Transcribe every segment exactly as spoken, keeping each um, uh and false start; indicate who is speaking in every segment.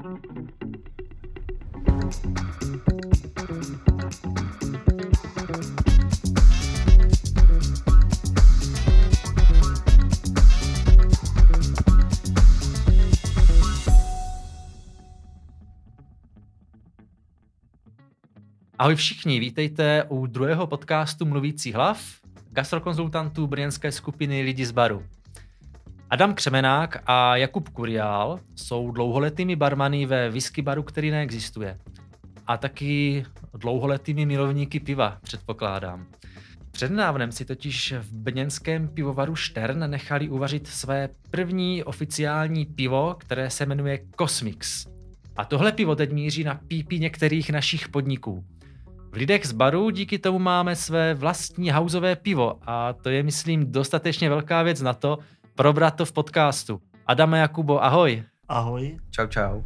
Speaker 1: Ahoj všichni, vítejte u druhého podcastu Mluvící hlav, gastrokonzultantů brněnské skupiny Lidi z baru. Adam Křemenák a Jakub Kuriál jsou dlouholetými barmany ve whisky baru, který neexistuje. A taky dlouholetými milovníky piva, předpokládám. Přednávnem si totiž v brněnském pivovaru Štern nechali uvařit své první oficiální pivo, které se jmenuje Cosmix. A tohle pivo teď míří na pípí některých našich podniků. V Lidech z baru díky tomu máme své vlastní houseové pivo a to je, myslím, dostatečně velká věc na to, probrat to v podcastu. Adame, Jakubo, ahoj.
Speaker 2: Ahoj.
Speaker 3: Čau, čau.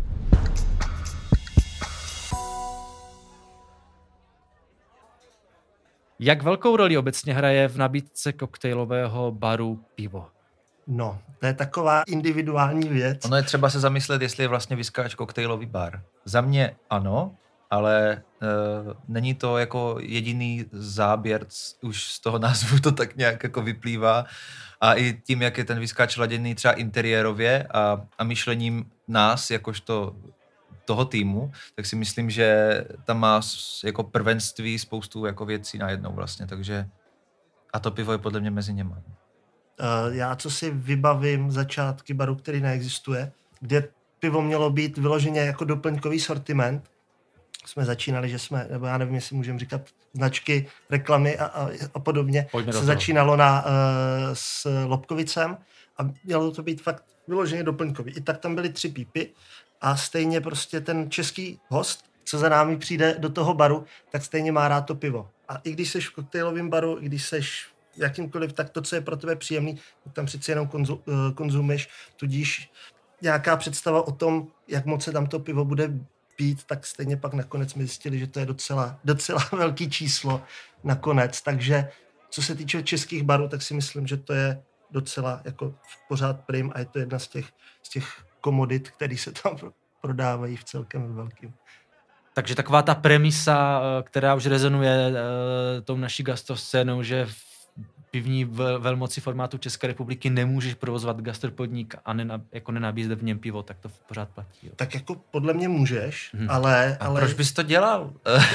Speaker 1: Jak velkou roli obecně hraje v nabídce koktejlového baru pivo?
Speaker 2: No, to je taková individuální věc.
Speaker 3: Ono je třeba se zamyslet, jestli je vlastně whiskáč koktejlový bar. Za mě ano, ale e, není to jako jediný záběr, už z toho názvu to tak nějak jako vyplývá. A i tím, jak je ten whiskáč laděný třeba interiérově a, a myšlením nás, jakožto toho týmu, tak si myslím, že tam má jako prvenství spoustu jako věcí najednou vlastně, takže a to pivo je podle mě mezi něma.
Speaker 2: Uh, já co si vybavím začátky baru, který neexistuje, kde pivo mělo být vyloženě jako doplňkový sortiment. Jsme začínali, že jsme, nebo já nevím, jestli můžeme říkat značky, reklamy a, a, a podobně.
Speaker 1: Pojďme
Speaker 2: se začínalo na, uh, s Lobkovicem a mělo to být fakt vyloženě doplňkový. I tak tam byly tři pípy a stejně prostě ten český host, co za námi přijde do toho baru, tak stejně má rád to pivo. A i když seš v koktejlovém baru, i když seš jakýmkoliv, tak to, co je pro tebe příjemný, tak tam přeci jenom konzu, konzumuješ, tudíž nějaká představa o tom, jak moc se tam to pivo bude pít, tak stejně pak nakonec jsme zjistili, že to je docela, docela velký číslo nakonec, takže co se týče českých barů, tak si myslím, že to je docela jako pořád prim a je to jedna z těch, z těch komodit, které se tam prodávají v celkem velkým.
Speaker 1: Takže taková ta premisa, která už rezonuje tou naší gastroscénou, že v pivní velmoci formátu České republiky nemůžeš provozovat gastropodnik a nena, jako nenabízet v něm pivo, tak to pořád platí. Jo.
Speaker 2: Tak jako podle mě můžeš, hmm. ale,
Speaker 3: a
Speaker 2: ale...
Speaker 3: proč bys to dělal?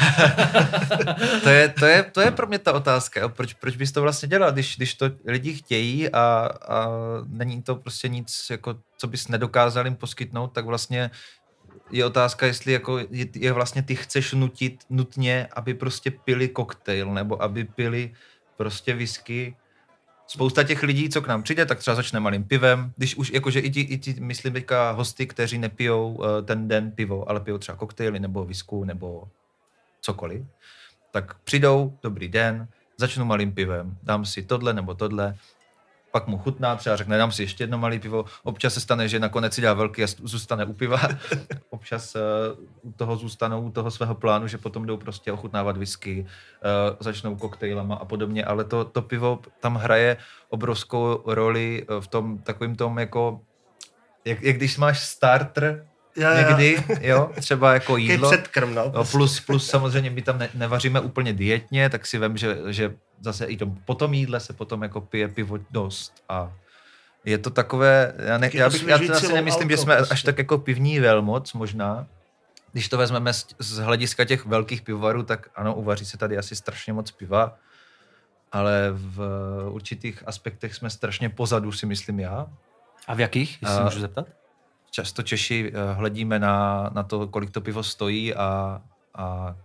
Speaker 3: to, je, to, je, to je pro mě ta otázka. Jo. Proč, proč bys to vlastně dělal, když, když to lidi chtějí a, a není to prostě nic, jako, co bys nedokázal jim poskytnout, tak vlastně je otázka, jestli jako je, je vlastně ty chceš nutit nutně, aby prostě pili koktejl, nebo aby pili prostě whisky. Spousta těch lidí, co k nám přijde, tak třeba začne malým pivem, když už jakože i ti, i ti myslím teďka hosty, kteří nepijou uh, ten den pivo, ale pijou třeba koktejly nebo whisku nebo cokoliv, tak přijdou, dobrý den, začnu malým pivem, dám si tohle nebo tohle, pak mu chutná, třeba řekne, dám si ještě jedno malé pivo. Občas se stane, že nakonec si dá velký a zůstane u piva. Občas uh, u toho zůstanou, u toho svého plánu, že potom jdou prostě ochutnávat whisky, uh, začnou koktejlama a podobně, ale to, to pivo tam hraje obrovskou roli v tom takovým tom jako, jak, jak když máš starter, ja, ja. někdy, jo, třeba jako jídlo.
Speaker 2: Předkrm, no.
Speaker 3: Plus, plus samozřejmě my tam ne, nevaříme úplně dietně, tak si vem, že, že zase i tom, po tom jídle se potom jako pije pivo dost a je to takové, já, ne, já, bych, já to asi nemyslím, že jsme až tak jako pivní velmoc možná, když to vezmeme z, z hlediska těch velkých pivovarů, tak ano, uvaří se tady asi strašně moc piva, ale v určitých aspektech jsme strašně pozadu, si myslím já.
Speaker 1: A v jakých, jestli můžu zeptat?
Speaker 3: Často Češi hledíme na, na to, kolik to pivo stojí a, a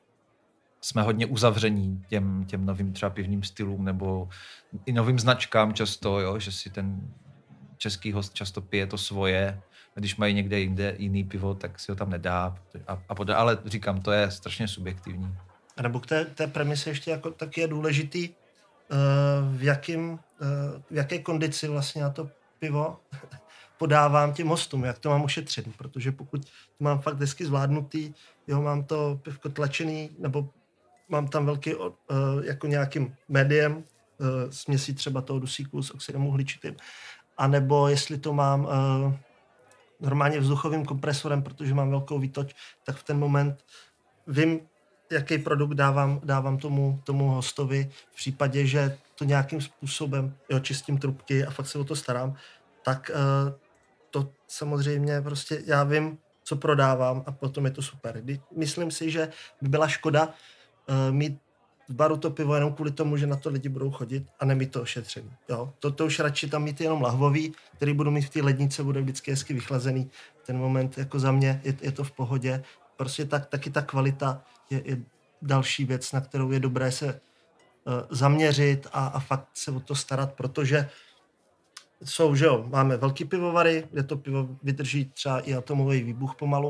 Speaker 3: jsme hodně uzavření těm, těm novým třeba pivním stylům nebo i novým značkám často, jo, že si ten český host často pije to svoje, když mají někde jinde jiný pivo, tak si ho tam nedá. A, a pod, ale říkám, to je strašně subjektivní.
Speaker 2: A nebo k té, té premise ještě jako taky je důležitý, uh, v, jakým, uh, v jaké kondici vlastně na to pivo podávám těm hostům, jak to mám ošetřit, protože pokud to mám fakt hezky zvládnutý, jo, mám to pivko tlačený, nebo mám tam velký uh, jako nějakým médiem, uh, směsí třeba toho dusíku s oxidem uhličitým, anebo jestli to mám uh, normálně vzduchovým kompresorem, protože mám velkou výtoč, tak v ten moment vím, jaký produkt dávám, dávám tomu, tomu hostovi. V případě, že to nějakým způsobem, jo, čistím trubky a fakt se o to starám, tak uh, to samozřejmě prostě já vím, co prodávám a potom je to super. Myslím si, že by byla škoda uh, mít v baru to pivo jenom kvůli tomu, že na to lidi budou chodit a nemít to ošetřený. Jo? To, to už radši tam mít jenom lahvový, který budu mít v té lednice, bude vždycky hezky vychlazený. Ten moment jako za mě je, je to v pohodě. Prostě tak, taky ta kvalita je, je další věc, na kterou je dobré se uh, zaměřit a, a fakt se o to starat, protože jsou, že jo, máme velký pivovary, kde to pivo vydrží třeba i atomový výbuch pomalu,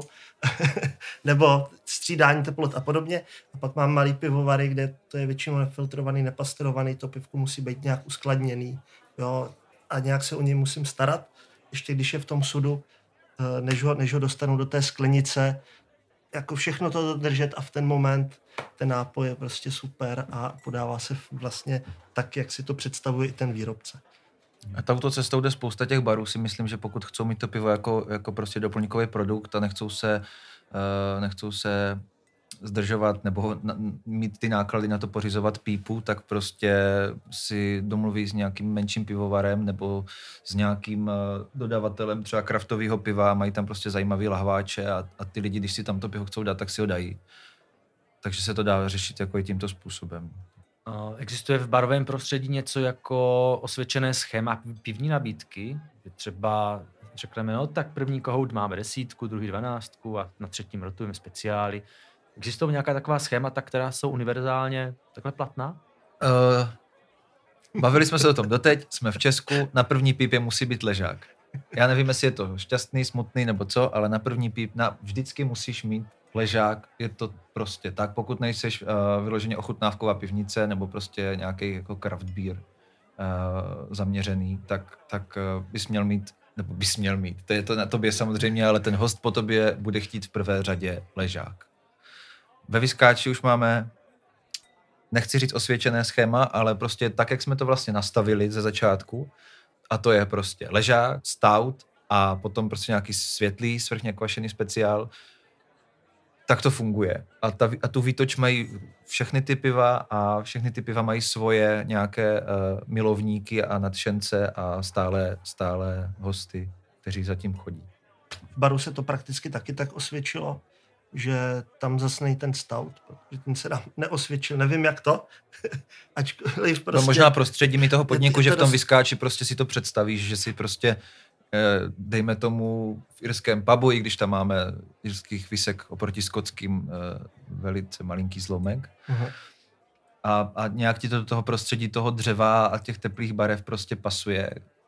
Speaker 2: nebo střídání teplot a podobně. A pak mám malý pivovary, kde to je většinou nefiltrovaný, nepastorovaný, to pivko musí být nějak uskladněný, jo, a nějak se o něj musím starat, ještě když je v tom sudu, než ho, než ho dostanu do té sklenice, jako všechno to dodržet a v ten moment ten nápoj je prostě super a podává se vlastně tak, jak si to představuje i ten výrobce.
Speaker 3: A touto cestou jde spousta těch barů, si myslím, že pokud chcou mít to pivo jako, jako prostě doplňkový produkt a nechcou se, uh, nechcou se zdržovat nebo na, mít ty náklady na to pořizovat pípu, tak prostě si domluví s nějakým menším pivovarem nebo s nějakým uh, dodavatelem třeba kraftového piva, mají tam prostě zajímavý lahváče a, a ty lidi, když si tam to pivo chcou dát, tak si ho dají. Takže se to dá řešit jako i tímto způsobem.
Speaker 1: Existuje v barovém prostředí něco jako osvědčené schéma pivní nabídky, že třeba řekneme, no tak první kohout máme desítku, druhý dvanáctku a na třetím rotujeme speciály. Existují nějaká taková schémata, která jsou univerzálně takhle platná?
Speaker 3: Uh, bavili jsme se o tom doteď, jsme v Česku, na první pípě musí být ležák. Já nevím, jestli je to šťastný, smutný nebo co, ale na první píp na, vždycky musíš mít ležák, je to prostě tak, pokud nejseš uh, vyloženě ochutnávková pivnice nebo prostě nějaký jako craft beer uh, zaměřený, tak, tak uh, bys měl mít, nebo bys měl mít, to je to na tobě samozřejmě, ale ten host po tobě bude chtít v prvé řadě ležák. Ve Viskáči už máme, nechci říct osvědčené schéma, ale prostě tak, jak jsme to vlastně nastavili ze začátku, a to je prostě ležák, stout a potom prostě nějaký světlý, svrchně kvašený speciál, tak to funguje. A, ta, a tu výtoč mají všechny ty piva a všechny ty piva mají svoje nějaké uh, milovníky a nadšence a stále, stále hosty, kteří zatím chodí.
Speaker 2: V baru se to prakticky taky tak osvědčilo, že tam zase nej ten stout, protože ten se nám neosvědčil, nevím jak to, ačkoliv prostě...
Speaker 3: No možná prostředí toho podniku, že v tom
Speaker 2: dost...
Speaker 3: Viskáči prostě si to představíš, že si prostě dejme tomu v irském pubu, i když tam máme irských visek oproti skotským velice malinký zlomek. Uh-huh. A, a nějak ti to do toho prostředí toho dřeva a těch teplých barev prostě pasuje.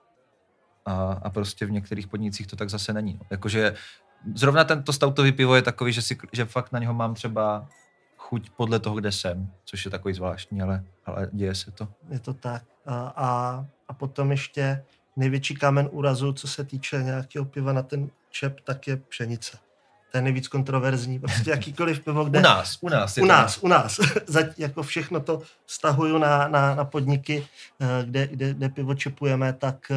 Speaker 3: A, a prostě v některých podnicích to tak zase není. Jakože zrovna tento stoutový pivo je takový, že, si, že fakt na něho mám třeba chuť podle toho, kde jsem, což je takový zvláštní, ale, ale děje se to.
Speaker 2: Je to tak. A, a, a potom ještě největší kámen úrazu, co se týče nějakého piva na ten čep, tak je pšenice. To je nejvíc kontroverzní. Prostě jakýkoliv pivo, kde...
Speaker 3: U nás, u nás.
Speaker 2: U nás, u nás. Jako všechno to vztahuju na, na, na podniky, kde, kde, kde pivo čepujeme, tak,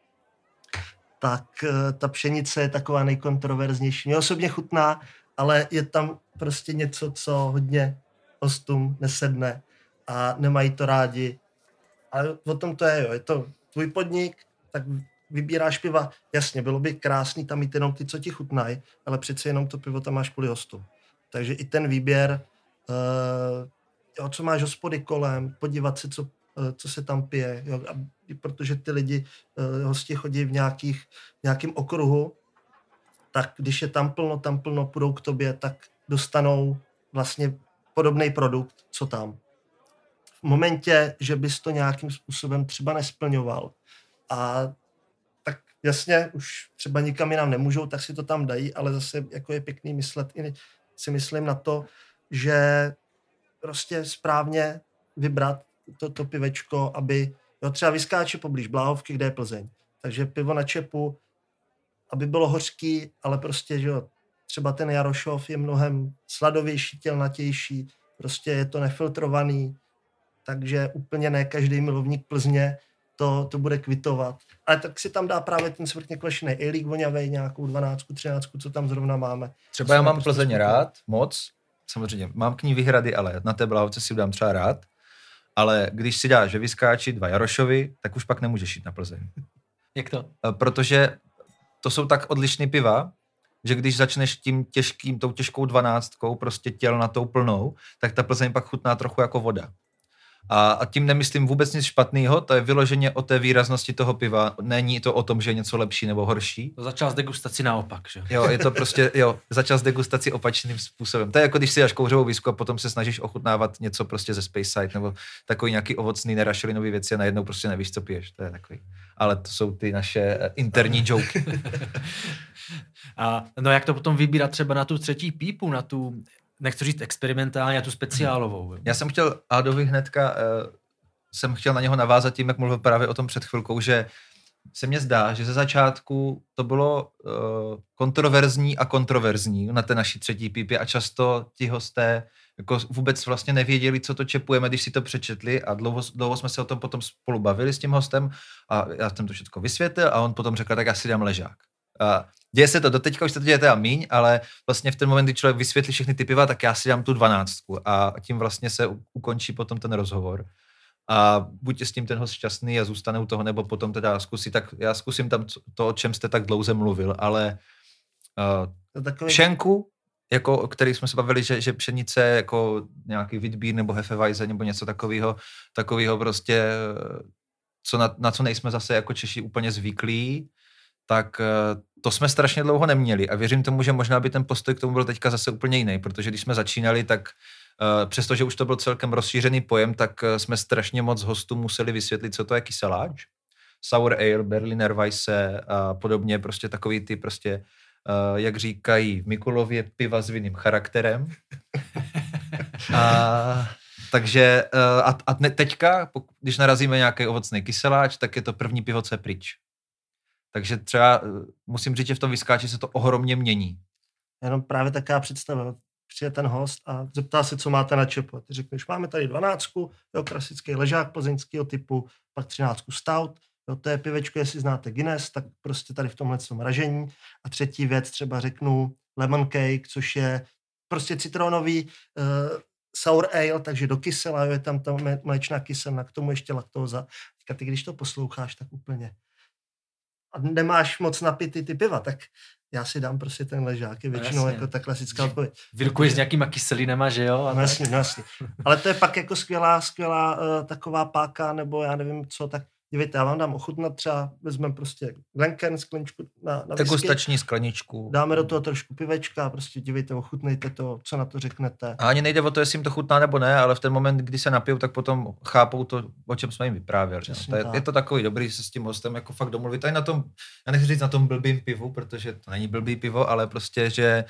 Speaker 2: tak ta pšenice je taková nejkontroverznější. Mě osobně chutná, ale je tam prostě něco, co hodně hostům nesedne a nemají to rádi. Ale o tom to je, jo. Je to tvůj podnik, tak vybíráš piva. Jasně, bylo by krásný tam mít jenom ty, co ti chutnají, ale přece jenom to pivo tam máš kvůli hostu. Takže i ten výběr, uh, jo, co máš hospody kolem, podívat se, co, uh, co se tam pije, jo, a, protože ty lidi, uh, hosti chodí v nějakých, nějakým okruhu, tak když je tam plno, tam plno, půjdou k tobě, tak dostanou vlastně podobný produkt, co tam. V momentě, že bys to nějakým způsobem třeba nesplňoval, a tak jasně, už třeba nikam jinam nemůžou, tak si to tam dají, ale zase jako je pěkný myslet i si myslím na to, že prostě správně vybrat to, to pivečko, aby, jo, třeba Viskáči poblíž Bláhovky, kde je Plzeň. Takže pivo na čepu, aby bylo hořký, ale prostě, že jo, třeba ten Jarošov je mnohem sladovější, tělnatější, prostě je to nefiltrovaný, takže úplně ne každý milovník Plzně to, to bude kvitovat. Ale tak si tam dá právě ten svrchně kvašený A-League voňavej, nějakou dvanáctku, třináctku, co tam zrovna máme.
Speaker 3: Třeba já mám Plzeň rád, moc, samozřejmě. Mám k ní výhrady, ale na té Bláhovce si udám třeba rád. Ale když si dáš ve Vyskáči dva Jarošovi, tak už pak nemůžeš jít na Plzeň.
Speaker 1: Jak to?
Speaker 3: Protože to jsou tak odlišný piva, že když začneš tím těžkým, tou těžkou dvanáctkou, prostě těl na tou plnou, tak ta Plzeň pak chutná trochu jako voda. A, a tím nemyslím vůbec nic špatného, to je vyloženě o té výraznosti toho piva, není to o tom, že je něco lepší nebo horší.
Speaker 1: To začal s degustací naopak, že?
Speaker 3: Jo, je to prostě, jo, začal s degustací opačným způsobem. To je jako když si dáš kouřovou whisky a potom se snažíš ochutnávat něco prostě ze Space Side nebo takový nějaký ovocný, nerašelinový věci a najednou prostě nevíš, co piješ. To je takový. Ale to jsou ty naše interní joky.
Speaker 1: A no jak to potom vybírat třeba na tu třetí pípu, na tu, nechci říct experimentálně, na tu speciálovou.
Speaker 3: Já jsem chtěl Adovi hnedka, uh, jsem chtěl na něho navázat tím, jak mluvil právě o tom před chvilkou, že se mně zdá, že ze začátku to bylo uh, kontroverzní a kontroverzní na té naší třetí pípě a často ti hosté jako vůbec vlastně nevěděli, co to čepujeme, když si to přečetli a dlouho, dlouho jsme se o tom potom spolu bavili s tím hostem a já jsem to všechno vysvětlil a on potom řekl, tak já si dám ležák. A děje se to doteďka, už se to děje teda míň, ale vlastně v ten moment, kdy člověk vysvětlí všechny ty piva, tak já si dám tu dvanáctku a tím vlastně se ukončí potom ten rozhovor. A buď je s tím ten host šťastný a zůstane u toho, nebo potom teda zkusí, tak já zkusím tam to, o čem jste tak dlouze mluvil, ale uh, takový... Šenku, jako, o kterých jsme se bavili, že, že pšenice jako nějaký Witbier nebo Hefeweizen nebo něco takového, takového prostě, co na, na co nejsme zase jako Češi úplně zvyklí, tak to jsme strašně dlouho neměli a věřím tomu, že možná by ten postoj k tomu byl teďka zase úplně jiný, protože když jsme začínali, tak uh, přestože už to byl celkem rozšířený pojem, tak uh, jsme strašně moc hostů museli vysvětlit, co to je kyseláč, sour ale, Berliner Weisse a podobně, prostě takový ty prostě, uh, jak říkají v Mikulově, piva s vinným charakterem. a, takže uh, a, a teďka, když narazíme nějaký ovocný kyseláč, tak je to první pivo, co je pryč. Takže třeba musím říct, že v tom Vyskáči se to ohromně mění.
Speaker 2: Jenom právě taká představa. Přijde ten host a zeptá se, co máte na čepu. A ty řekneš, máme tady dvanáctku, jo, klasický ležák plzeňského typu, pak třináctku stout, jo, to je pivečko, jestli znáte Guinness, tak prostě tady v tomhle tom ražení. A třetí věc třeba řeknu lemon cake, což je prostě citronový uh, sour ale, takže do kysela, jo, je tam ta mléčná kyselina, k tomu ještě laktóza. Teďka ty, když to posloucháš, tak úplně a nemáš moc napitý ty piva, tak já si dám prostě ten ležák, je většinou no jako ta klasická odpověď.
Speaker 1: Vyrkuješ s nějakýma kyselinama, že jo?
Speaker 2: No jasně, no jasně. Ale to je pak jako skvělá, skvělá uh, taková páka, nebo já nevím co, tak dívejte, já vám dám ochutnat třeba, vezmeme prostě Glencairn skleničku na, na whisky.
Speaker 3: Degustační skleničku.
Speaker 2: Dáme do toho trošku pivečka, prostě dívejte, ochutnejte to, co na to řeknete.
Speaker 3: A ani nejde o to, jestli jim to chutná nebo ne, ale v ten moment, kdy se napijou, tak potom chápou to, o čem jsme jim vyprávěli. No. Je, je to takový dobrý se s tím hostem jako fakt domluvit. Tady na tom, já nechci říct na tom blbým pivu, protože to není blbý pivo, ale prostě, že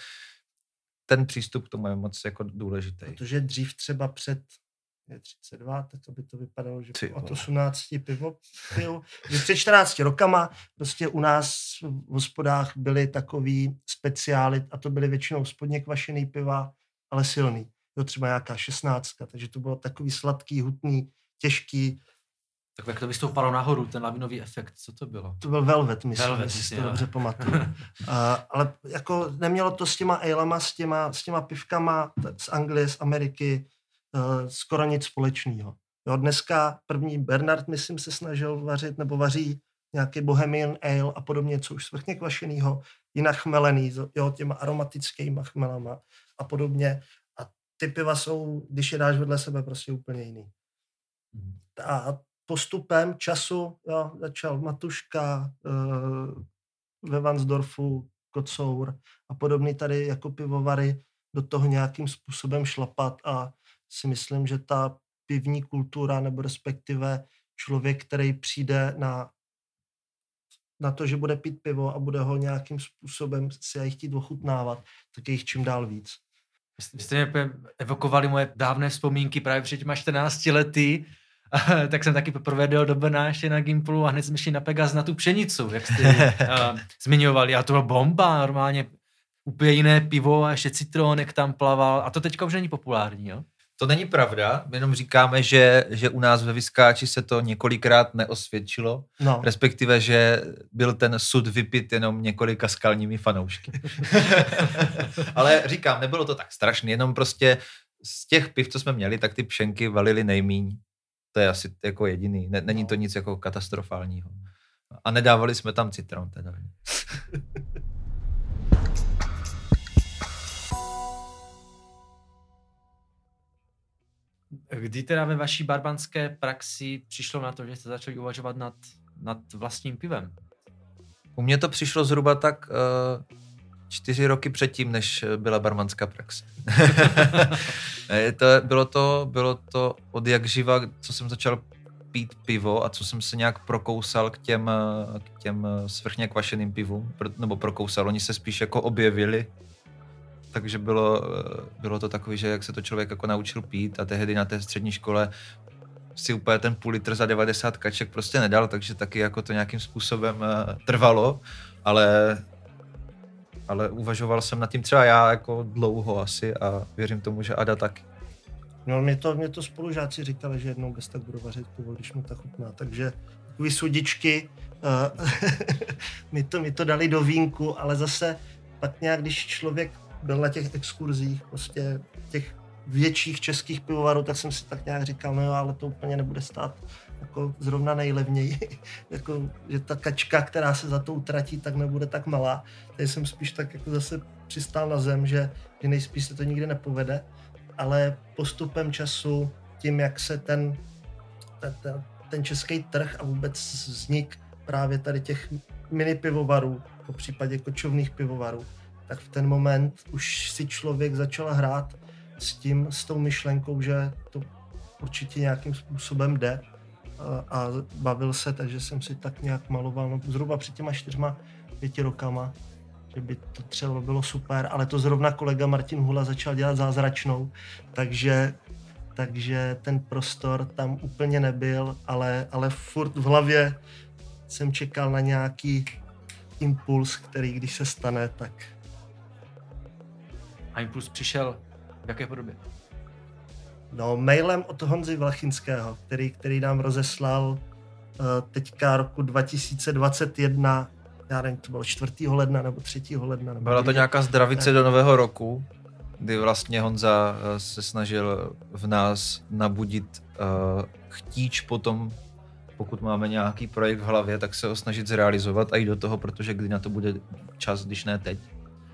Speaker 3: ten přístup k tomu je moc jako důležitý.
Speaker 2: Protože dřív třeba před je třicet dva, tak to by to vypadalo, že od osmnácti pivo piju. Že před čtrnácti rokama prostě u nás v hospodách byly takový speciály a to byly většinou spodně kvašený piva, ale silný. Jo, třeba nějaká šestnáctka, takže to bylo takový sladký, hutný, těžký.
Speaker 1: Tak jak to vystoupalo nahoru, ten lavinový efekt, co to bylo?
Speaker 2: To byl Velvet, myslím,
Speaker 1: Velvet,
Speaker 2: jestli si to
Speaker 1: jo.
Speaker 2: dobře pamatuju. uh, ale jako nemělo to s těma alema, s těma, s těma pivkama z Anglie, z Ameriky, Uh, skoro nic společného. Jo, dneska první Bernard, myslím, se snažil vařit, nebo vaří nějaký Bohemian Ale a podobně, co už svrchně kvašenýho, jinak chmelený, jo, těma aromatickýma chmelama a podobně. A ty piva jsou, když je dáš vedle sebe, prostě úplně jiný. Mm. A postupem času, jo, začal Matuška, uh, ve Vansdorfu, Kocour a podobný tady jako pivovary do toho nějakým způsobem šlapat a si myslím, že ta pivní kultura, nebo respektive člověk, který přijde na, na to, že bude pít pivo a bude ho nějakým způsobem si aj chtít ochutnávat, tak je jich čím dál víc.
Speaker 1: Vy jste mě evokovali moje dávné vzpomínky právě před těma čtrnácti lety, tak jsem taky poprvé dojel do Brna ještě na Gimplu a hned jsme šli na Pegas na tu pšenicu, jak jste uh, zmiňovali. A to byla bomba, normálně úplně jiné pivo a ještě citronek tam plaval. A to teďka už není populární, jo?
Speaker 3: To není pravda, my jenom říkáme, že, že u nás ve Viskáči se to několikrát neosvědčilo,
Speaker 2: No.
Speaker 3: respektive, že byl ten sud vypit jenom několika skalními fanoušky. Ale říkám, nebylo to tak strašné, jenom prostě z těch piv, co jsme měli, tak ty pšenky valily nejmíň. To je asi jako jediný, ne, není to nic jako katastrofálního. A nedávali jsme tam citron teda.
Speaker 1: Kdy teda ve vaší barmanské praxi přišlo na to, že jste začali uvažovat nad, nad vlastním pivem?
Speaker 3: U mě to přišlo zhruba tak uh, čtyři roky předtím, než byla barmanská praxe. to, bylo, to, bylo to od jak živa, co jsem začal pít pivo a co jsem se nějak prokousal k těm, k těm svrchně kvašeným pivům, nebo prokousal, oni se spíš jako objevili. Takže bylo, bylo to takový, že jak se to člověk jako naučil pít a tehdy na té střední škole si úplně ten půl litr za devadesát kaček prostě nedal, takže taky jako to nějakým způsobem trvalo, ale, ale uvažoval jsem nad tím třeba já jako dlouho asi a věřím tomu, že Ada taky.
Speaker 2: No, mě to, mě to spolužáci říkali, že jednou bez tak budu vařit pivo, když mu tak chutná, takže takový sudičky uh, mi, to, mi to dali do vínku, ale zase pak nějak, když člověk byl na těch exkurzích, prostě těch větších českých pivovarů, tak jsem si tak nějak říkal, no jo, ale to úplně nebude stát jako zrovna nejlevněji, jako, že ta kačka, která se za to utratí, tak nebude tak malá. Tady jsem spíš tak jako zase přistál na zem, že, že nejspíš se to nikdy nepovede, ale postupem času, tím, jak se ten, ten, ten, ten český trh a vůbec vznik právě tady těch mini pivovarů, po případě kočovných pivovarů, tak v ten moment už si člověk začal hrát s tím, s tou myšlenkou, že to určitě nějakým způsobem jde a, a bavil se, takže jsem si tak nějak maloval no, zhruba před těma čtyřma, pěti rokama, že by to třeba bylo super, ale to zrovna kolega Martin Hula začal dělat zázračnou, takže, takže ten prostor tam úplně nebyl, ale, ale furt v hlavě jsem čekal na nějaký impuls, který když se stane, tak...
Speaker 1: A impuls přišel v jaké podobě?
Speaker 2: No, mailem od Honzy Vlachinského, který, který nám rozeslal uh, teďka roku dva tisíce dvacet jedna, já nevím, to bylo čtvrtého ledna nebo třetího ledna. Nebo
Speaker 3: Byla to nějaká zdravice tak. do nového roku, kdy vlastně Honza uh, se snažil v nás nabudit uh, chtíč potom, pokud máme nějaký projekt v hlavě, tak se ho snažit zrealizovat a jít do toho, protože kdy na to bude čas, když ne teď.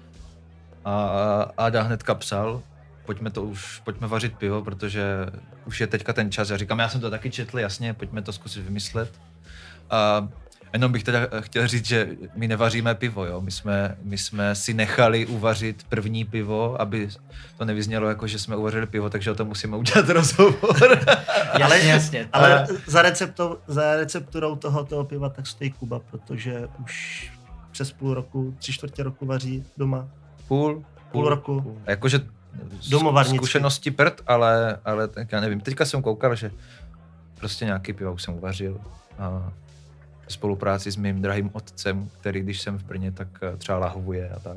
Speaker 3: A Ada hnedka psal, pojďme to už, pojďme vařit pivo, protože už je teďka ten čas. Já říkám, já jsem to taky četl, jasně, pojďme to zkusit vymyslet. A jenom bych teda chtěl říct, že my nevaříme pivo, jo. My jsme, my jsme si nechali uvařit první pivo, aby to nevyznělo jako, že jsme uvařili pivo, takže o tom musíme udělat rozhovor.
Speaker 1: ale jasně.
Speaker 2: Ale za, receptou, za recepturou toho, toho piva tak stojí Kuba, protože už přes půl roku, tři čtvrtě roku vaří doma.
Speaker 3: Půl? Půl,
Speaker 2: půl roku.
Speaker 3: Půl. Jakože
Speaker 2: Domovarnicky.
Speaker 3: Zkušenosti prd, ale, ale tak já nevím. Teďka jsem koukal, že prostě nějaký piva už jsem uvařil. A v spolupráci s mým drahým otcem, který když jsem v Brně, tak třeba lahvuje a tak.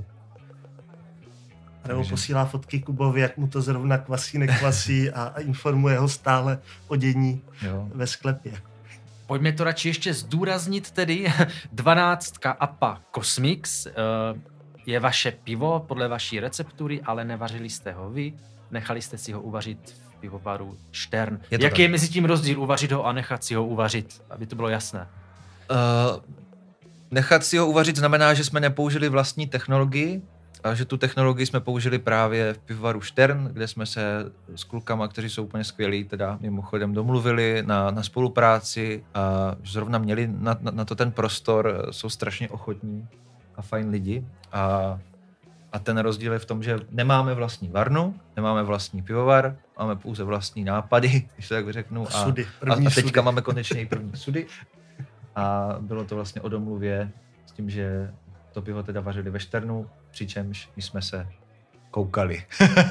Speaker 2: Nebo Takže... posílá fotky Kubovi, jak mu to zrovna kvasí, nekvasí a, a informuje ho stále o dění jo. ve sklepě.
Speaker 1: Pojďme to radši ještě zdůraznit tedy. dvanáctka A P A Cosmix je vaše pivo podle vaší receptury, ale nevařili jste ho vy, nechali jste si ho uvařit v pivovaru Štern. Je Jaký tak. je mezi tím rozdíl uvařit ho a nechat si ho uvařit, aby to bylo jasné?
Speaker 3: Uh, nechat si ho uvařit znamená, že jsme nepoužili vlastní technologii a že tu technologii jsme použili právě v pivovaru Štern, kde jsme se s klukama, kteří jsou úplně skvělí, teda mimochodem domluvili na, na spolupráci a zrovna měli na, na, na to ten prostor, jsou strašně ochotní a fajn lidi. A, a ten rozdíl je v tom, že nemáme vlastní varnu, nemáme vlastní pivovar, máme pouze vlastní nápady, když to tak řeknu. A,
Speaker 2: sudy,
Speaker 3: a, a teďka sudy. Máme konečně i první sudy. A bylo to vlastně o domluvě s tím, že to pivo teda vařili ve Šternu, přičemž my jsme se koukali.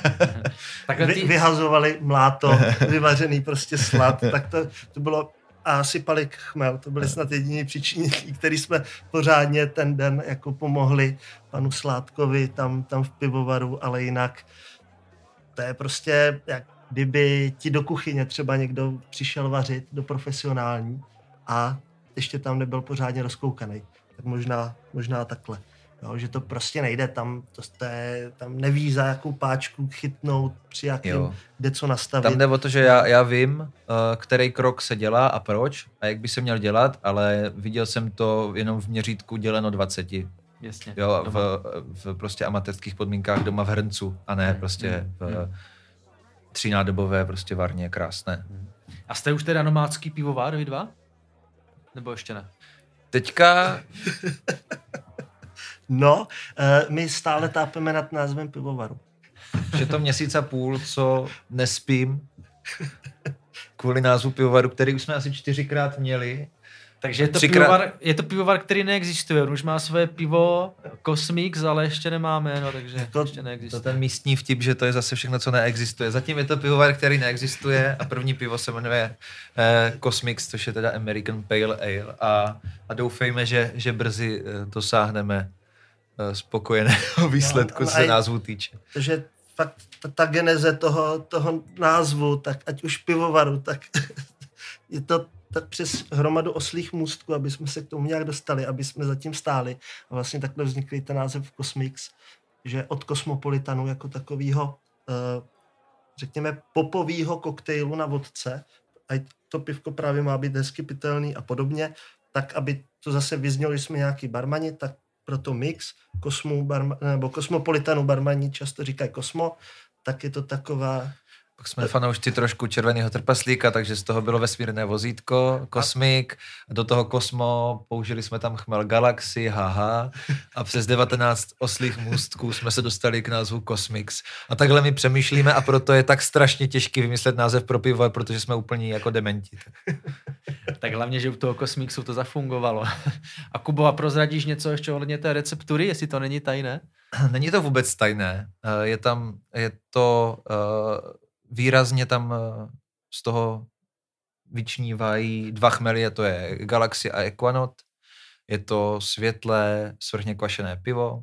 Speaker 2: Vy, vyhazovali mláto, vyvařený prostě slad, tak to, to bylo a sypali chmel. To byly snad jediní příčinníky, který jsme pořádně ten den jako pomohli panu Sládkovi tam, tam v pivovaru, ale jinak to je prostě, jak kdyby ti do kuchyně třeba někdo přišel vařit do profesionální a ještě tam nebyl pořádně rozkoukaný. Tak možná, možná takhle. Jo, že to prostě nejde, tam, to, to je, tam neví za jakou páčku chytnout, při jakým, jo. kde co nastavit.
Speaker 3: Tam jde o to, že já, já vím, uh, který krok se dělá a proč a jak by se měl dělat, ale viděl jsem to jenom v měřítku děleno dvaceti.
Speaker 1: Jasně.
Speaker 3: Jo, v, v prostě amatérských podmínkách doma v hrncu a ne prostě v třínádobové prostě varně, krásné.
Speaker 1: A jste už teda nomádský pivovar, vy dva? Nebo ještě ne?
Speaker 3: Teďka...
Speaker 2: No, uh, my stále tápeme nad názvem pivovaru.
Speaker 3: Že to měsíc a půl, co nespím kvůli názvu pivovaru, který už jsme asi čtyřikrát měli.
Speaker 1: Takže je to,
Speaker 3: Třikrát...
Speaker 1: pivovar, je to pivovar, který neexistuje. On už má své pivo Cosmix, ale ještě nemáme, no, takže
Speaker 2: to,
Speaker 1: ještě neexistuje.
Speaker 3: To ten místní vtip, že to je zase všechno, co neexistuje. Zatím je to pivovar, který neexistuje a první pivo se jmenuje eh, Cosmix, což je teda American Pale Ale a, a doufejme, že, že brzy eh, dosáhneme eh, spokojeného výsledku, co se názvu týče.
Speaker 2: Takže fakt ta, ta geneze toho, toho názvu, tak ať už pivovaru, tak je to tak přes hromadu oslých můstků, aby jsme se k tomu nějak dostali, aby jsme zatím stáli. A vlastně takhle vznikl ten název Cosmix, že od Kosmopolitanu jako takového, řekněme, popového koktejlu na vodce, a to pivko právě má být hezky pitelný a podobně, tak aby to zase vyznělo, že jsme nějaký barmani, tak proto mix, Kosmu barma, nebo Kosmopolitanu barmani často říkají Kosmo, tak je to taková...
Speaker 3: Pak jsme fanoušci trošku červeného trpaslíka, takže z toho bylo vesmírné vozítko, kosmik, do toho Kosmo, použili jsme tam chmel Galaxy, haha, a přes devatenáct oslých můstků jsme se dostali k názvu Cosmix. A takhle my přemýšlíme a proto je tak strašně těžký vymyslet název pro pivo, protože jsme úplně jako dementi.
Speaker 1: Tak hlavně, že u toho Cosmixu to zafungovalo. A Kubo, a prozradíš něco ještě ohledně té receptury, jestli to není tajné?
Speaker 3: Není to vůbec tajné. Je tam, je to... Uh, výrazně tam z toho vyčnívají dva chmely, to je Galaxy a Equanaut. Je to světlé, svrchně kvašené pivo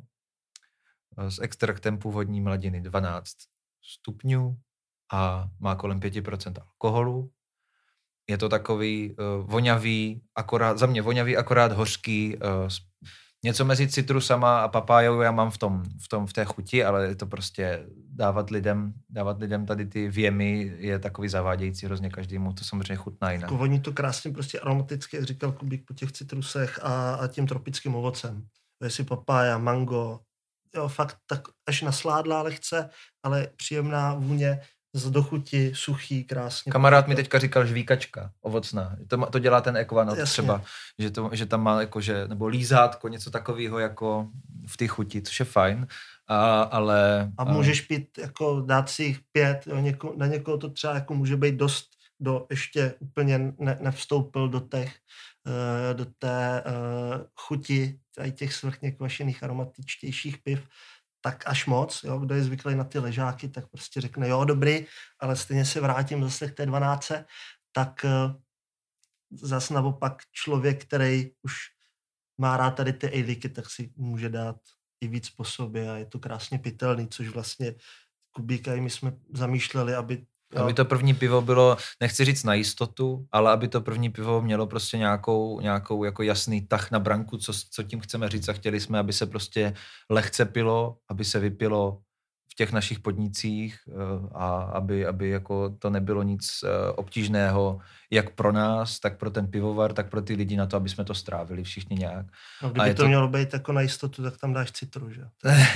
Speaker 3: s extraktem původní mladiny dvanáct stupňů a má kolem pět procent alkoholu. Je to takový uh, voňavý, akorát, za mě voňavý, akorát hořký, uh, něco mezi citrusama a papájou já mám v tom, v tom, v té chuti, ale je to prostě dávat lidem, dávat lidem tady ty věmy je takový zavádějící, hrozně každému to samozřejmě chutná jinak.
Speaker 2: Jako voní to krásně prostě aromaticky, jak říkal Kubík, po těch citrusech a, a tím tropickým ovocem. Jestli papája, mango, jo, fakt tak až nasládlá lehce, ale příjemná vůně, z dochuti, suchý, krásně.
Speaker 3: Kamarád mi teďka říkal žvíkačka ovocná. To, to dělá ten Equanaut třeba, že, to, že tam má jakože, nebo lízátko, něco takového jako v té chuti, což je fajn, a, ale...
Speaker 2: A můžeš pít, jako dát si jich pět, jo, něko, na někoho to třeba jako může být dost, do ještě úplně ne, nevstoupil do těch, uh, do té uh, chuti tady těch svrchně kvašených aromatičtějších piv, tak až moc, jo, kdo je zvyklý na ty ležáky, tak prostě řekne, jo, dobrý, ale stejně se vrátím zase k té dvanáctce, tak uh, zas naopak člověk, který už má rád tady ty ejlíky, tak si může dát i víc po sobě a je to krásně pitelný, což vlastně Kubíka i my jsme zamýšleli, aby
Speaker 3: Jo. Aby to první pivo bylo, nechci říct na jistotu, ale aby to první pivo mělo prostě nějakou, nějakou jako jasný tah na branku, co, co tím chceme říct a chtěli jsme, aby se prostě lehce pilo, aby se vypilo v těch našich podnicích a aby, aby jako to nebylo nic obtížného jak pro nás, tak pro ten pivovar, tak pro ty lidi na to, aby jsme to strávili všichni nějak.
Speaker 2: No, kdyby to, to mělo být jako na jistotu, tak tam dáš citru, že?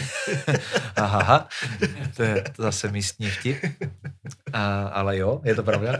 Speaker 3: Aha, to je to zase místní vtip. A, ale jo, je to pravda.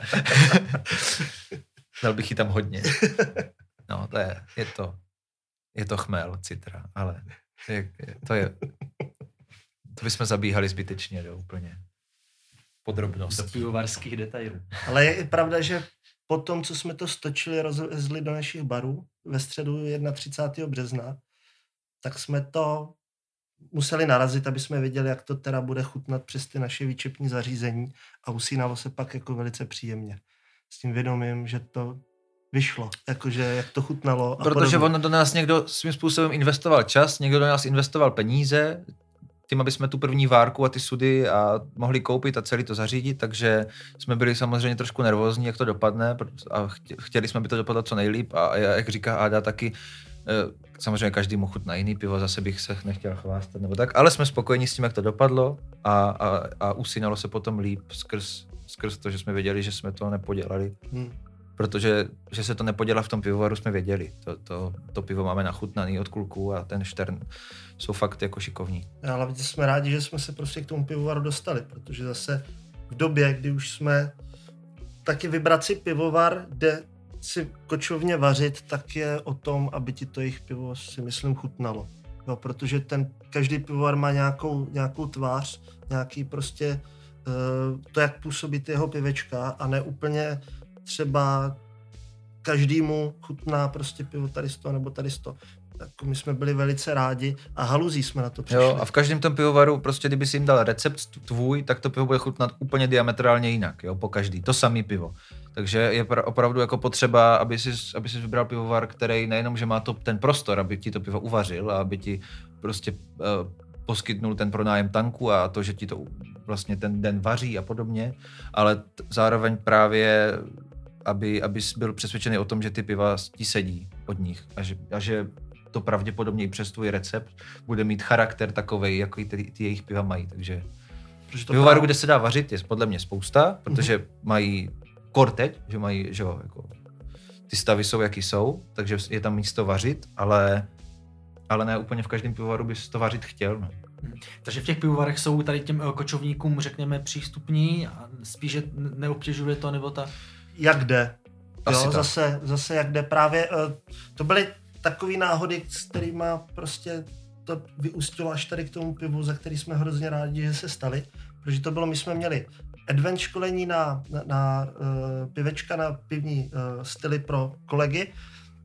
Speaker 3: Dal bych ji tam hodně. No, to je, je to, je to chmel, citra, ale je, to je, to bychom zabíhali zbytečně do úplně podrobností.
Speaker 1: Do pivovarských detailů.
Speaker 2: Ale je pravda, že po tom, co jsme to stočili, rozvezli do našich barů ve středu třicátého prvního března, tak jsme to museli narazit, aby jsme věděli, jak to teda bude chutnat přes ty naše výčepní zařízení a usínalo se pak jako velice příjemně. S tím vědomím, že to vyšlo, jakože jak to chutnalo. A
Speaker 3: Protože
Speaker 2: podobně.
Speaker 3: on do nás někdo svým způsobem investoval čas, někdo do nás investoval peníze, tím, aby jsme tu první várku a ty sudy a mohli koupit a celý to zařídit, takže jsme byli samozřejmě trošku nervózní, jak to dopadne a chtěli jsme, aby to dopadlo co nejlíp a jak říká Áda, taky samozřejmě každý mu chutná jiný pivo, zase bych se nechtěl chvástat nebo tak, ale jsme spokojení s tím, jak to dopadlo a, a, a usínalo se potom líp skrz, skrz to, že jsme věděli, že jsme to nepodělali. Hmm. Protože že se to nepodělá v tom pivovaru, jsme věděli. To, to, to pivo máme nachutnaný od kluků a ten Štern jsou fakt jako šikovní.
Speaker 2: A hlavně jsme rádi, že jsme se prostě k tomu pivovaru dostali, protože zase v době, kdy už jsme taky vybrat si pivovar, kde si kočovně vařit, tak je o tom, aby ti to jejich pivo, si myslím, chutnalo. Jo, protože ten každý pivovar má nějakou, nějakou tvář, nějaký prostě uh, to, jak působí ty jeho pivečka a ne úplně třeba každému chutná prostě pivo tady z toho nebo tady z toho. Tak my jsme byli velice rádi a haluzí jsme na to přišli.
Speaker 3: Jo, a v každém tom pivovaru prostě, kdyby si jim dal recept tvůj, tak to pivo bude chutnat úplně diametrálně jinak, jo, po každý. To samý pivo. Takže je opravdu jako potřeba, aby si, aby si vybral pivovar, který nejenom, že má to, ten prostor, aby ti to pivo uvařil a aby ti prostě uh, poskytnul ten pronájem tanku a to, že ti to vlastně ten den vaří a podobně, ale t- zároveň právě aby, aby byl přesvědčený o tom, že ty piva ti sedí od nich a že, a že to pravděpodobně i přes tvůj recept bude mít charakter takovej, jaký ty, ty jejich piva mají. Takže pivovarů, právě... kde se dá vařit, je podle mě spousta, protože mm-hmm. mají kor teď, že mají, že jo, jako ty stavy jsou, jaký jsou, takže je tam místo vařit, ale, ale ne úplně v každém pivovaru bys to vařit chtěl. No.
Speaker 1: Hmm. Takže v těch pivovarech jsou tady těm kočovníkům, řekněme, přístupní a spíš, že neobtěžuje to, nebo ta...
Speaker 2: Jak jde. Jo, zase, zase jak jde. Právě to byly takové náhody, s kterými prostě to vyústilo až tady k tomu pivu, za který jsme hrozně rádi, že se staly. Protože to bylo, my jsme měli advent školení na, na, na uh, pivečka, na pivní uh, styly pro kolegy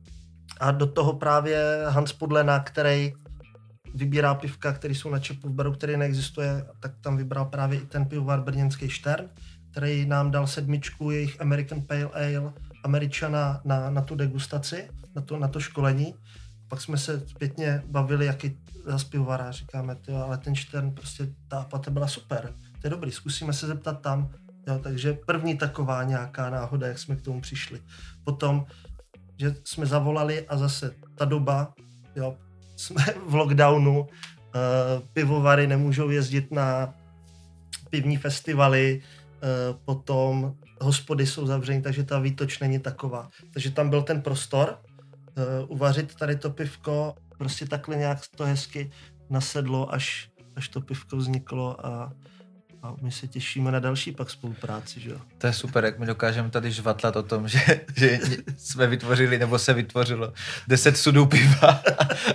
Speaker 2: a do toho právě Hans Podlena, který vybírá pivka, které jsou na čepu v baru, který neexistuje, tak tam vybral právě i ten pivovar brněnský Štern, který nám dal sedmičku jejich American Pale Ale Američana na, na tu degustaci, na to, na to školení. Pak jsme se zpětně bavili, jaký zas pivovar, říkáme, tyjo, ale ten Štern, prostě ta pata byla super. To je dobrý, zkusíme se zeptat tam. Jo, takže první taková nějaká náhoda, jak jsme k tomu přišli. Potom, že jsme zavolali a zase ta doba, jo, jsme v lockdownu, uh, pivovary nemůžou jezdit na pivní festivaly, uh, potom hospody jsou zavřený, takže ta výtoč není taková. Takže tam byl ten prostor, uh, uvařit tady to pivko, prostě takhle nějak to hezky nasedlo, až, až to pivko vzniklo a A my se těšíme na další pak spolupráci, že jo?
Speaker 3: To je super, jak my dokážeme tady žvatlat o tom, že, že jsme vytvořili, nebo se vytvořilo deset sudů piva a,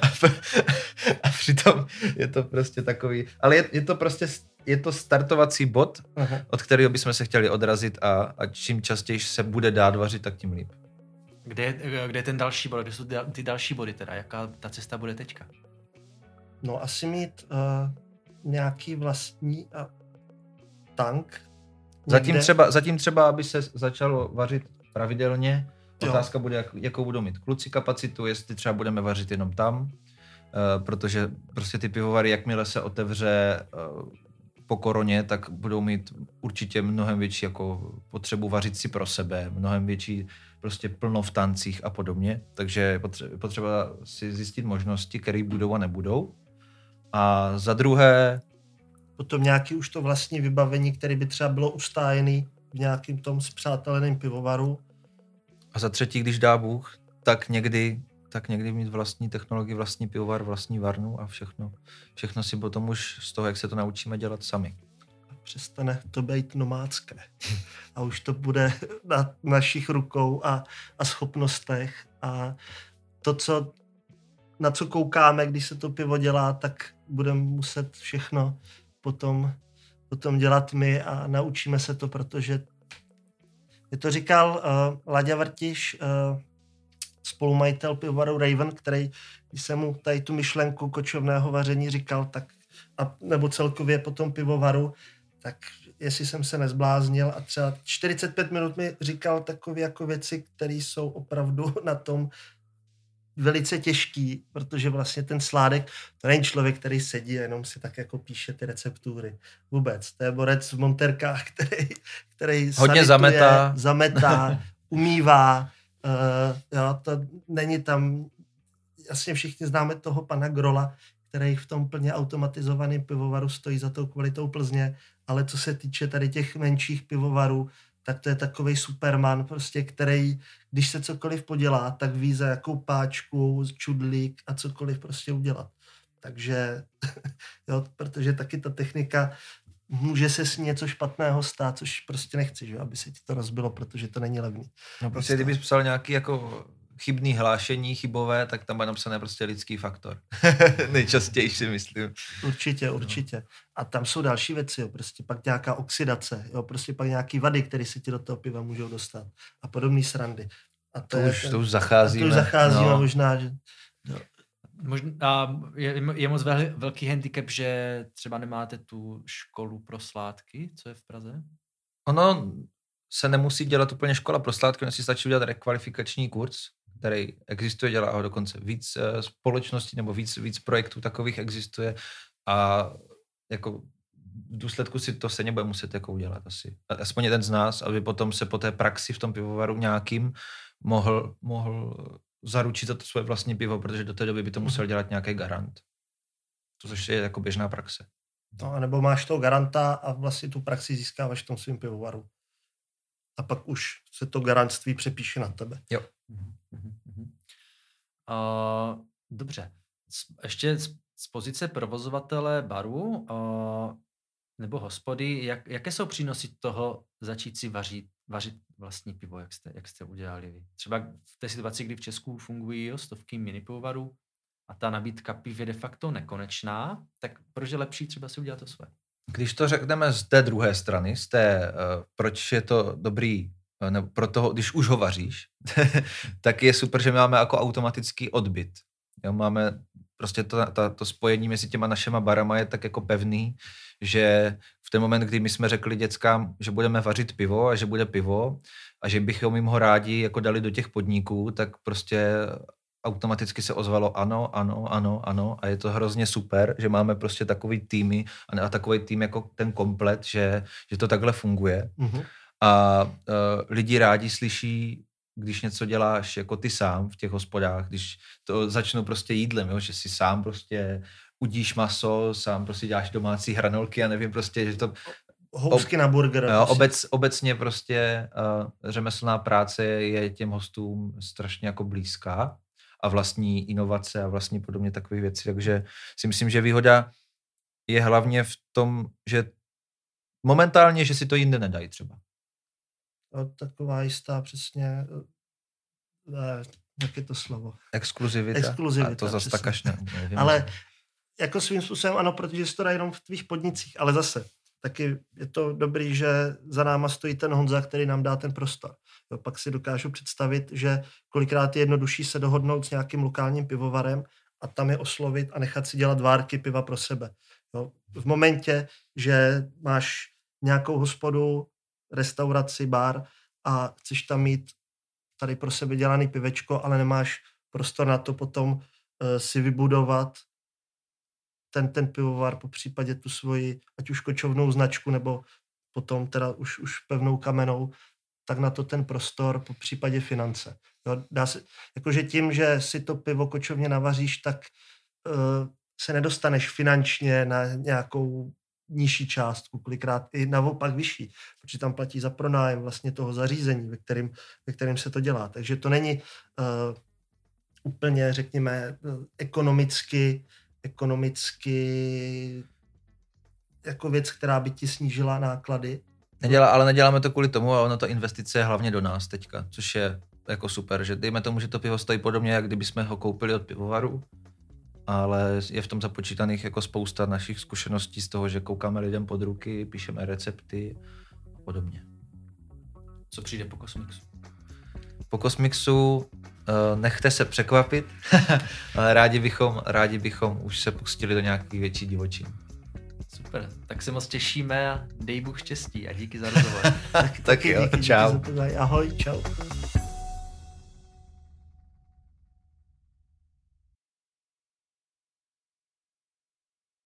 Speaker 3: a přitom je to prostě takový, ale je, je to prostě, je to startovací bod, aha, od kterého bychom se chtěli odrazit a, a čím častěji se bude dát vařit, tak tím líp.
Speaker 1: Kde je, kde je ten další bod, kde jsou ty další body teda, jaká ta cesta bude teďka?
Speaker 2: No asi mít uh, nějaký vlastní a tank.
Speaker 3: Zatím třeba, zatím třeba, aby se začalo vařit pravidelně. Otázka bude, jak, jakou budou mít kluci kapacitu, jestli třeba budeme vařit jenom tam, uh, protože prostě ty pivovary, jakmile se otevře uh, po koroně, tak budou mít určitě mnohem větší jako potřebu vařit si pro sebe, mnohem větší prostě plno v tancích a podobně. Takže potře- potřeba si zjistit možnosti, které budou a nebudou. A za druhé
Speaker 2: potom nějaký už to vlastní vybavení, které by třeba bylo ustájený v nějakým tom spřáteleném pivovaru.
Speaker 3: A za třetí, když dá Bůh, tak někdy, tak někdy mít vlastní technologii, vlastní pivovar, vlastní varnu a všechno. Všechno si potom už z toho, jak se to naučíme dělat sami.
Speaker 2: A přestane to být nomádské. A už to bude na našich rukou a, a schopnostech. A to, co, na co koukáme, když se to pivo dělá, tak budeme muset všechno Potom, potom dělat my a naučíme se to, protože je to říkal uh, Láďa Vrtiš, uh, spolumajitel pivovaru Raven, který, když jsem mu tady tu myšlenku kočovného vaření říkal, tak, a, nebo celkově po tom pivovaru, tak jestli jsem se nezbláznil a třeba čtyřicet pět minut mi říkal takové jako věci, které jsou opravdu na tom velice těžký, protože vlastně ten sládek, to není člověk, který sedí a jenom si tak jako píše ty receptury. Vůbec. To je borec v monterkách, který, který
Speaker 3: hodně zametá,
Speaker 2: zametá umývá. Uh, jo, to není tam, jasně všichni známe toho pana Grola, který v tom plně automatizovaném pivovaru stojí za tou kvalitou Plzně, ale co se týče tady těch menších pivovarů, tak to je takovej superman, prostě, který, když se cokoliv podělá, tak ví za jakou páčku, čudlík a cokoliv prostě udělat. Takže, jo, protože taky ta technika, může se s ní něco špatného stát, což prostě nechci, že? Aby se ti to rozbilo, protože to není levný.
Speaker 3: No prostě, kdybys psal nějaký jako chybný hlášení, chybové, tak tam bude napsané prostě lidský faktor. Nejčastěji si myslím.
Speaker 2: Určitě, určitě. No. A tam jsou další věci, jo. Prostě pak nějaká oxidace, jo. Prostě pak nějaký vady, které se ti do toho piva můžou dostat. A podobný srandy. A to,
Speaker 3: to,
Speaker 2: je,
Speaker 3: už, to už zacházíme.
Speaker 2: To už zacházíme
Speaker 3: no.
Speaker 2: možná, že... Jo.
Speaker 1: Možná, a je, je moc vel, velký handicap, že třeba nemáte tu školu pro sládky, co je v Praze?
Speaker 3: Ono se nemusí dělat úplně škola pro sládky, ono si stačí udělat rekvalifikační kurz, který existuje, dělá ho dokonce víc uh, společností nebo víc, víc projektů takových existuje a jako v důsledku si to stejně bude muset jako udělat asi. Aspoň jeden z nás, aby potom se po té praxi v tom pivovaru nějakým mohl, mohl zaručit za to svoje vlastní pivo, protože do té doby by to musel dělat nějaký garant. To což je jako běžná praxe.
Speaker 2: No, nebo máš toho garanta a vlastně tu praxi získáváš v tom svým pivovaru. A pak už se to garantství přepíše na tebe.
Speaker 3: Jo.
Speaker 1: Uh, dobře. Ještě z, z pozice provozovatele baru uh, nebo hospody, jak, jaké jsou přínosy toho začít si vařit, vařit vlastní pivo, jak jste, jak jste udělali vy? Třeba v té situaci, kdy v Česku fungují jo, stovky minipivovarů a ta nabídka piv je de facto nekonečná, tak proč je lepší třeba si udělat to své?
Speaker 3: Když to řekneme z té druhé strany, z té, uh, proč je to dobrý, uh, nebo pro toho, když už ho vaříš, tak je super, že máme jako automatický odbyt. Jo, máme prostě to, ta, to spojení mezi těma našima barama je tak jako pevný, že v ten moment, kdy my jsme řekli dětskám, že budeme vařit pivo a že bude pivo a že bychom jim ho rádi jako dali do těch podniků, tak prostě automaticky se ozvalo ano, ano, ano, ano a je to hrozně super, že máme prostě takový týmy a takový tým jako ten komplet, že, že to takhle funguje. Mm-hmm. A uh, lidi rádi slyší, když něco děláš jako ty sám v těch hospodách, když to začnu prostě jídlem, jo, že si sám prostě udíš maso, sám prostě děláš domácí hranolky a nevím prostě, že to...
Speaker 2: Housky ob, na burger.
Speaker 3: Jo, obec, obecně prostě uh, řemeslná práce je těm hostům strašně jako blízká a vlastní inovace a vlastní podobně takové věci, takže si myslím, že výhoda je hlavně v tom, že momentálně, že si to jinde nedají třeba.
Speaker 2: No, taková jistá přesně, ne, jak je to slovo?
Speaker 3: Exkluzivita.
Speaker 2: Exkluzivita.
Speaker 3: A to zase tak až ne, nevím.
Speaker 2: Ale jako svým způsobem ano, protože si to dá jenom v tvých podnicích, ale zase taky je to dobrý, že za náma stojí ten Honza, který nám dá ten prostor. Jo, pak si dokážu představit, že kolikrát je jednodušší se dohodnout s nějakým lokálním pivovarem a tam je oslovit a nechat si dělat várky piva pro sebe. Jo, v momentě, že máš nějakou hospodu, restauraci, bar a chceš tam mít tady pro sebe dělaný pivečko, ale nemáš prostor na to potom uh, si vybudovat ten, ten pivovar, po případě tu svoji, ať už kočovnou značku, nebo potom teda už, už pevnou kamenou, tak na to ten prostor, po případě finance. Jo, dá se, jakože tím, že si to pivo kočovně navaříš, tak uh, se nedostaneš finančně na nějakou nižší částku, kolikrát i naopak vyšší, protože tam platí za pronájem vlastně toho zařízení, ve kterém, ve kterém se to dělá. Takže to není uh, úplně, řekněme, ekonomicky, ekonomicky jako věc, která by ti snížila náklady.
Speaker 3: Nedělá, ale neděláme to kvůli tomu a ono to investice je hlavně do nás teďka, což je jako super, že dejme tomu, že to pivo stojí podobně, jak kdyby jsme ho koupili od pivovaru, ale je v tom započítaných jako spousta našich zkušeností z toho, že koukáme lidem pod ruky, píšeme recepty a podobně.
Speaker 1: Co přijde po Cosmixu?
Speaker 3: Po Cosmixu uh, nechte se překvapit, ale rádi bychom, rádi bychom už se pustili do nějakých větší divočin.
Speaker 1: Super, tak se moc těšíme a dej Bůh štěstí a díky za rozhovor.
Speaker 3: tak, tak jo,
Speaker 2: díky,
Speaker 3: čau.
Speaker 2: Díky za to, ahoj, čau.